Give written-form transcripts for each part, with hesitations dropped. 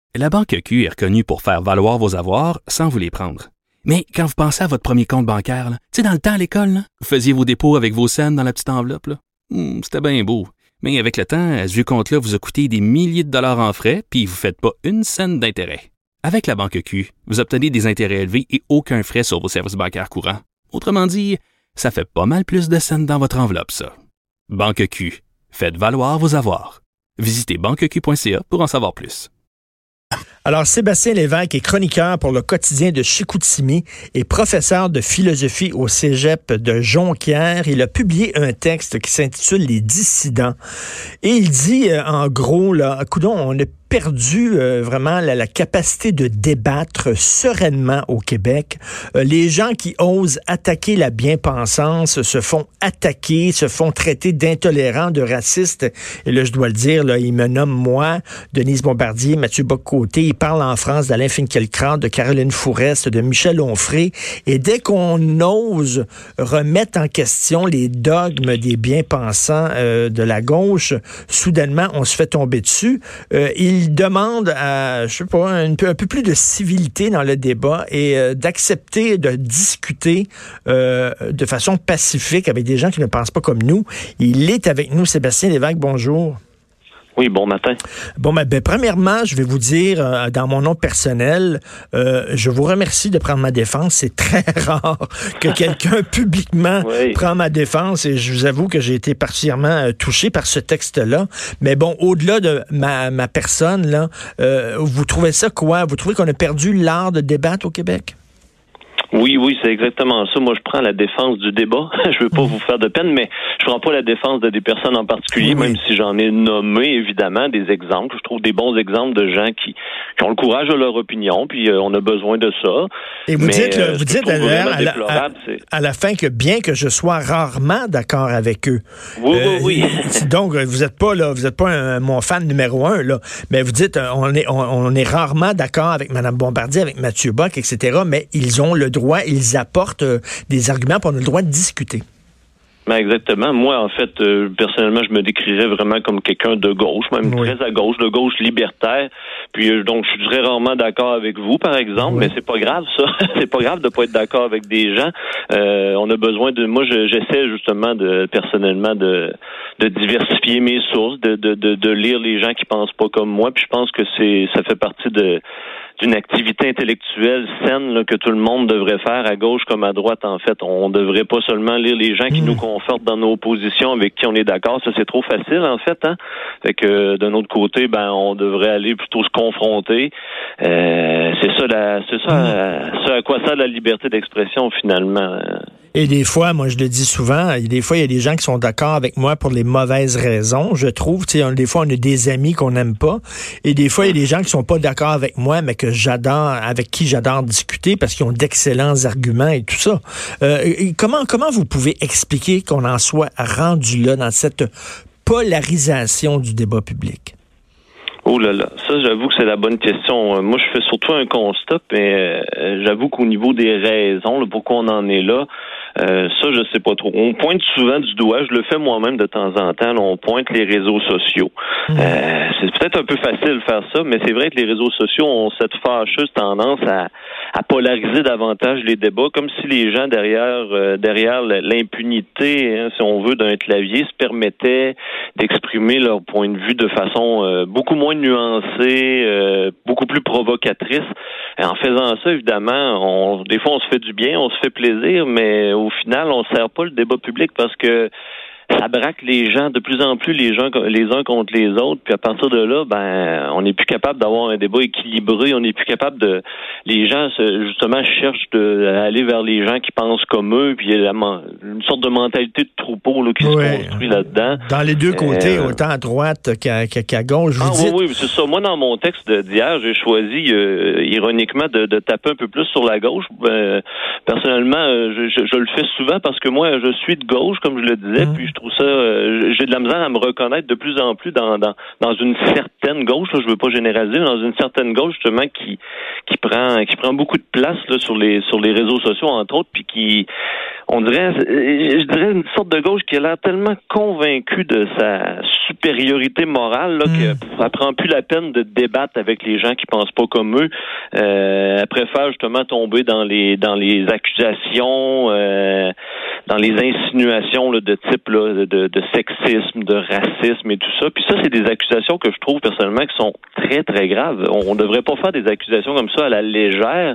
La Banque Q est reconnue pour faire valoir vos avoirs sans vous les prendre. Mais quand vous pensez à votre premier compte bancaire, tu sais, dans le temps à l'école, là, vous faisiez vos dépôts avec vos scènes dans la petite enveloppe. Là. C'était bien beau. Mais avec le temps, ce vieux compte-là vous a coûté des milliers de dollars en frais, puis vous ne faites pas une scène d'intérêt. Avec la Banque Q, vous obtenez des intérêts élevés et aucun frais sur vos services bancaires courants. Autrement dit, ça fait pas mal plus de scènes dans votre enveloppe, ça. Banque Q. Faites valoir vos avoirs. Visitez banqueq.ca pour en savoir plus. Alors, Sébastien Lévesque est chroniqueur pour le quotidien de Chicoutimi et professeur de philosophie au cégep de Jonquière. Il a publié un texte qui s'intitule « Les dissidents ». Et il dit, en gros, là, coudonc, on a perdu vraiment la capacité de débattre sereinement au Québec. Les gens qui osent attaquer la bien-pensance se font attaquer, se font traiter d'intolérants, de racistes. Et là, je dois le dire, là, ils me nomment moi, Denise Bombardier, Mathieu Bock-Côté. Ils parlent en France d'Alain Finkielkraut, de Caroline Fourest, de Michel Onfray. Et dès qu'on ose remettre en question les dogmes des bien-pensants de la gauche, soudainement, on se fait tomber dessus. Il demande à, je sais pas, un peu plus de civilité dans le débat et d'accepter de discuter de façon pacifique avec des gens qui ne pensent pas comme nous. Il est avec nous, Sébastien Lévesque, bonjour. Oui, bon matin. Bon, ben, premièrement, je vais vous dire, dans mon nom personnel, je vous remercie de prendre ma défense. C'est très rare que quelqu'un publiquement prend ma défense et je vous avoue que j'ai été particulièrement touché par ce texte-là. Mais bon, au-delà de ma personne, là, vous trouvez ça quoi? Vous trouvez qu'on a perdu l'art de débattre au Québec? Oui, c'est exactement ça. Moi, je prends la défense du débat. Je veux pas vous faire de peine, mais je prends pas la défense de des personnes en particulier, même si j'en ai nommé, évidemment, des exemples. Je trouve des bons exemples de gens qui ont le courage de leur opinion, puis on a besoin de ça. Et vous dites à la fin que bien que je sois rarement d'accord avec eux. Oui. Donc, vous êtes pas mon fan numéro 1, là. Mais vous dites, on est rarement d'accord avec Mme Bombardier, avec Mathieu Bock, etc., mais ils ont le droit, ils apportent des arguments pour on a le droit de discuter. Ben exactement. Moi, en fait, personnellement, je me décrirais vraiment comme quelqu'un de gauche, même très à gauche, de gauche libertaire. Puis donc, je suis très rarement d'accord avec vous, par exemple, mais c'est pas grave, ça. C'est pas grave de pas être d'accord avec des gens. On a besoin de. Moi, j'essaie justement personnellement de diversifier mes sources, de lire les gens qui pensent pas comme moi. Puis je pense que ça fait partie d'une activité intellectuelle saine là, que tout le monde devrait faire à gauche comme à droite. En fait, on devrait pas seulement lire les gens qui nous confortent dans nos positions avec qui on est d'accord. Ça, c'est trop facile, en fait. Hein? Fait que d'un autre côté, on devrait aller plutôt se confronter. C'est ça à quoi sert la liberté d'expression finalement. Et des fois, moi je le dis souvent, des fois il y a des gens qui sont d'accord avec moi pour les mauvaises raisons, je trouve. Des fois on a des amis qu'on n'aime pas, et des fois il y a des gens qui sont pas d'accord avec moi, mais que j'adore, avec qui j'adore discuter parce qu'ils ont d'excellents arguments et tout ça. Comment vous pouvez expliquer qu'on en soit rendu là dans cette polarisation du débat public? Oh là là, ça j'avoue que c'est la bonne question. Moi je fais surtout un constat, mais j'avoue qu'au niveau des raisons, là, pourquoi on en est là, ça je sais pas trop. On pointe souvent du doigt, je le fais moi-même de temps en temps, là, on pointe les réseaux sociaux. C'est peut-être un peu facile de faire ça, mais c'est vrai que les réseaux sociaux ont cette fâcheuse tendance à polariser davantage les débats, comme si les gens derrière l'impunité, hein, si on veut, d'un clavier, se permettaient d'exprimer leur point de vue de façon beaucoup moins nuancée, beaucoup plus provocatrice. Et en faisant ça, évidemment, des fois on se fait du bien, on se fait plaisir, mais au final, on sert pas le débat public parce que ça braque les gens de plus en plus les uns contre les autres, puis à partir de là, on n'est plus capable d'avoir un débat équilibré, on n'est plus capable les gens justement cherchent à aller vers les gens qui pensent comme eux, puis il y a une sorte de mentalité de troupeau là, qui se construit là-dedans. Dans les deux côtés, autant à droite qu'à gauche, Oui, c'est ça. Moi, dans mon texte d'hier, j'ai choisi ironiquement de taper un peu plus sur la gauche. Personnellement, je le fais souvent parce que moi, je suis de gauche, comme je le disais, puis je trouve ça, j'ai de la misère à me reconnaître de plus en plus dans une certaine gauche, là, je veux pas généraliser, mais dans une certaine gauche justement qui prend beaucoup de place là sur les réseaux sociaux entre autres, puis on dirait, je dirais une sorte de gauche qui a l'air tellement convaincue de sa supériorité morale là, qu'elle prend plus la peine de débattre avec les gens qui pensent pas comme eux. Elle préfère justement tomber dans les accusations, dans les insinuations là, de type là, de sexisme, de racisme et tout ça. Puis ça, c'est des accusations que je trouve personnellement qui sont très, très graves. On devrait pas faire des accusations comme ça à la légère.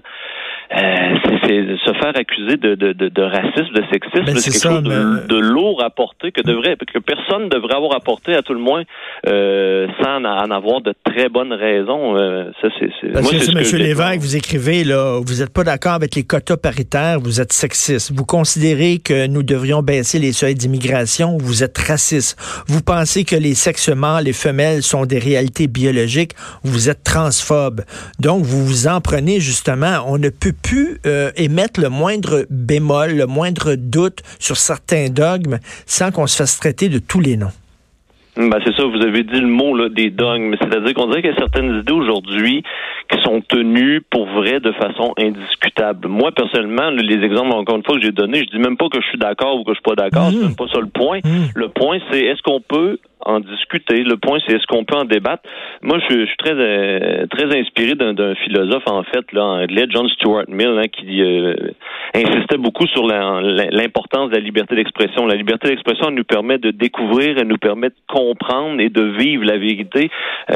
C'est se faire accuser de racisme, de sexisme, c'est quelque chose de lourd à porter que personne devrait avoir à porter à tout le moins sans en avoir de très bonnes raisons. Parce que M. Lévesque, vous écrivez là, vous n'êtes pas d'accord avec les quotas paritaires, vous êtes sexiste. Vous considérez que nous devrions baisser les seuils d'immigration, vous êtes raciste. Vous pensez que les sexes mâles, les femelles sont des réalités biologiques, vous êtes transphobe. Donc vous vous en prenez justement, on ne peut plus émettre le moindre bémol, le moindre doute sur certains dogmes sans qu'on se fasse traiter de tous les noms. Ben c'est ça, vous avez dit le mot là, des dogmes. C'est-à-dire qu'on dirait qu'il y a certaines idées aujourd'hui qui sont tenues pour vrai de façon indiscutable. Moi, personnellement, les exemples, encore une fois, que j'ai donnés, je dis même pas que je suis d'accord ou que je suis pas d'accord, c'est même pas ça le point. Le point, c'est est-ce qu'on peut en discuter. Le point, c'est est-ce qu'on peut en débattre. Moi, je suis très inspiré d'un philosophe, en fait, là, anglais, John Stuart Mill, hein, qui insistait beaucoup sur l'importance de la liberté d'expression. La liberté d'expression, elle nous permet de découvrir, elle nous permet de comprendre et de vivre la vérité.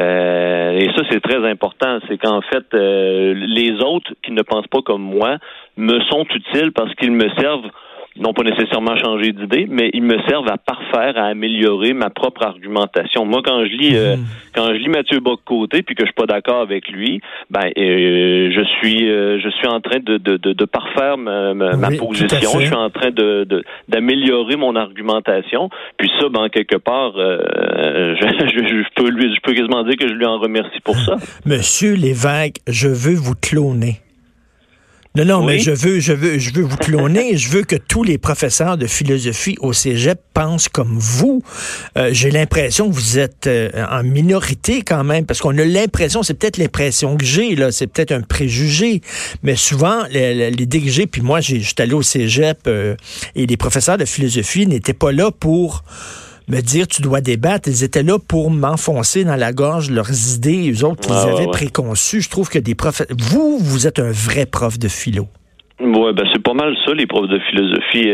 Et ça, c'est très important. C'est qu'en fait, les autres qui ne pensent pas comme moi me sont utiles parce qu'ils me servent non pas nécessairement changer d'idée, mais ils me servent à parfaire, à améliorer ma propre argumentation. Moi, quand je lis Mathieu Bock-Côté puis que je suis pas d'accord avec lui, je suis en train de parfaire ma position. Je suis en train d'améliorer mon argumentation. Puis ça, quelque part, je peux quasiment dire que je lui en remercie pour ça. Monsieur Lévesque, je veux vous cloner. Non, oui. Mais je veux vous cloner. Je veux que tous les professeurs de philosophie au cégep pensent comme vous. J'ai l'impression que vous êtes en minorité quand même, parce qu'on a l'impression, c'est peut-être l'impression que j'ai, là, c'est peut-être un préjugé, mais souvent, l'idée que j'ai, puis moi, j'étais allé au cégep et les professeurs de philosophie n'étaient pas là pour me dire tu dois débattre. Ils étaient là pour m'enfoncer dans la gorge leurs idées, eux autres qu'ils avaient préconçues. Je trouve que des profs... Vous êtes un vrai prof de philo. Ouais, c'est pas mal ça, les profs de philosophie.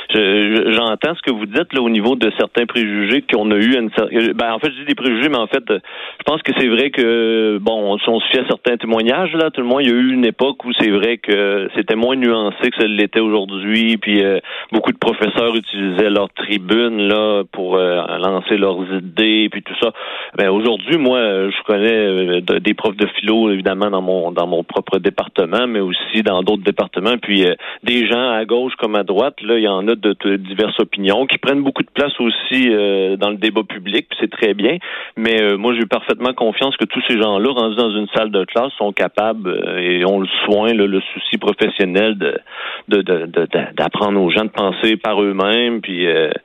J'entends ce que vous dites là au niveau de certains préjugés qu'on a eu. En fait, je dis des préjugés, mais en fait, je pense que c'est vrai que si on se fie à certains témoignages là, tout le monde, il y a eu une époque où c'est vrai que c'était moins nuancé que ça l'était aujourd'hui. Puis beaucoup de professeurs utilisaient leur tribune là pour lancer leurs idées, puis tout ça. Aujourd'hui, moi, je connais des profs de philo évidemment dans mon propre département, mais aussi dans d'autres départements. Puis des gens à gauche comme à droite, là, il y en a de diverses opinions qui prennent beaucoup de place aussi dans le débat public, puis c'est très bien. Mais moi, j'ai parfaitement confiance que tous ces gens-là, rendus dans une salle de classe, sont capables et ont le soin, le souci professionnel d'apprendre aux gens de penser par eux-mêmes. Puis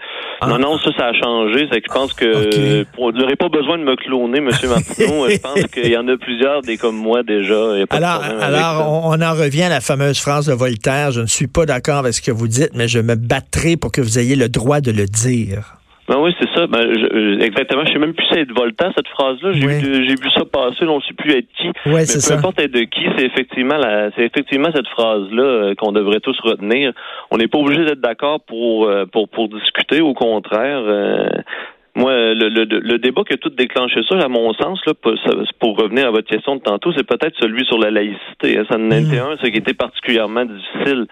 non, ça a changé. C'est que je pense que vous n'aurez pas besoin de me cloner, M. Martineau. Je pense qu'il y en a plusieurs des comme moi déjà. Alors, on en revient à la fameuse phrase de Voltaire, je ne suis pas d'accord avec ce que vous dites, mais je me battrai pour que vous ayez le droit de le dire. Oui, c'est ça. Exactement. Je sais même plus si c'est de Voltaire, cette phrase-là. J'ai vu ça passer, on ne sait plus être qui. Oui, mais c'est peu importe être de qui, c'est effectivement cette phrase-là qu'on devrait tous retenir. On n'est pas obligé d'être d'accord pour discuter, au contraire. Moi, le débat qui a tout déclenché ça, à mon sens, là, pour revenir à votre question de tantôt, c'est peut-être celui sur la laïcité. Ça en était un, ce qui était particulièrement difficile.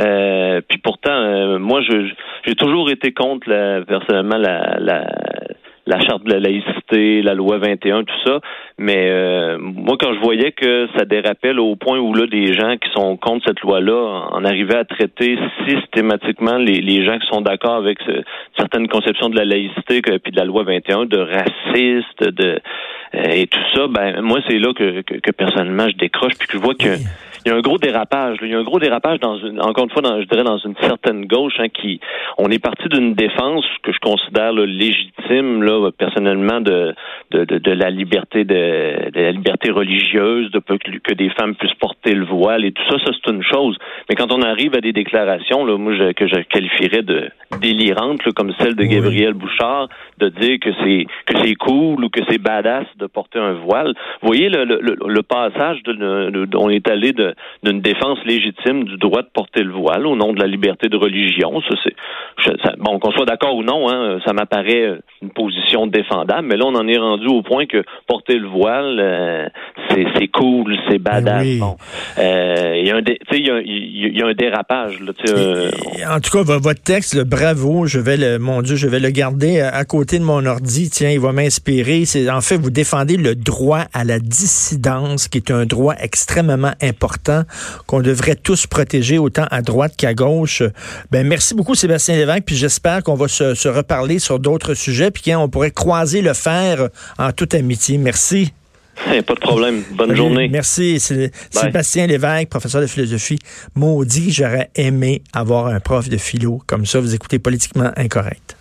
Puis pourtant, moi, j'ai toujours été contre personnellement la charte de la laïcité, la loi 21, tout ça. Mais moi, quand je voyais que ça dérapait là, au point où là, des gens qui sont contre cette loi-là en arrivaient à traiter systématiquement les gens qui sont d'accord avec certaines conceptions de la laïcité puis de la loi 21, de racistes, et tout ça, moi, c'est là que personnellement, je décroche puis que je vois qu'il y a un gros dérapage. Là. Il y a un gros dérapage encore une fois, je dirais dans une certaine gauche, on est parti d'une défense que je considère là, légitime, là, personnellement, de la liberté de la liberté religieuse, que des femmes puissent porter le voile et tout ça, c'est une chose. Mais quand on arrive à des déclarations, là, que je qualifierais de délirantes, là, comme celle de Gabriel Bouchard, de dire que c'est cool ou que c'est badass de porter un voile. Vous voyez le passage on est allé d'une défense légitime du droit de porter le voile au nom de la liberté de religion. Bon, qu'on soit d'accord ou non, hein, ça m'apparaît une position défendable, mais là on en est rendu au point que porter le voile, c'est cool, c'est badass. Oui. Bon, il y a un dérapage. Là, en tout cas, votre texte, bravo, je vais le garder à côté de mon ordi. Tiens, il va m'inspirer. En fait, vous défendez le droit à la dissidence, qui est un droit extrêmement important qu'on devrait tous protéger, autant à droite qu'à gauche. Merci beaucoup, Sébastien Lévesque, puis j'espère qu'on va se reparler sur d'autres sujets, puis qu'on pourrait croiser le fer en toute amitié. Merci. Pas de problème. Bonne journée. Merci. Sébastien Lévesque, professeur de philosophie. Maudit, j'aurais aimé avoir un prof de philo comme ça. Vous écoutez Politiquement Incorrect.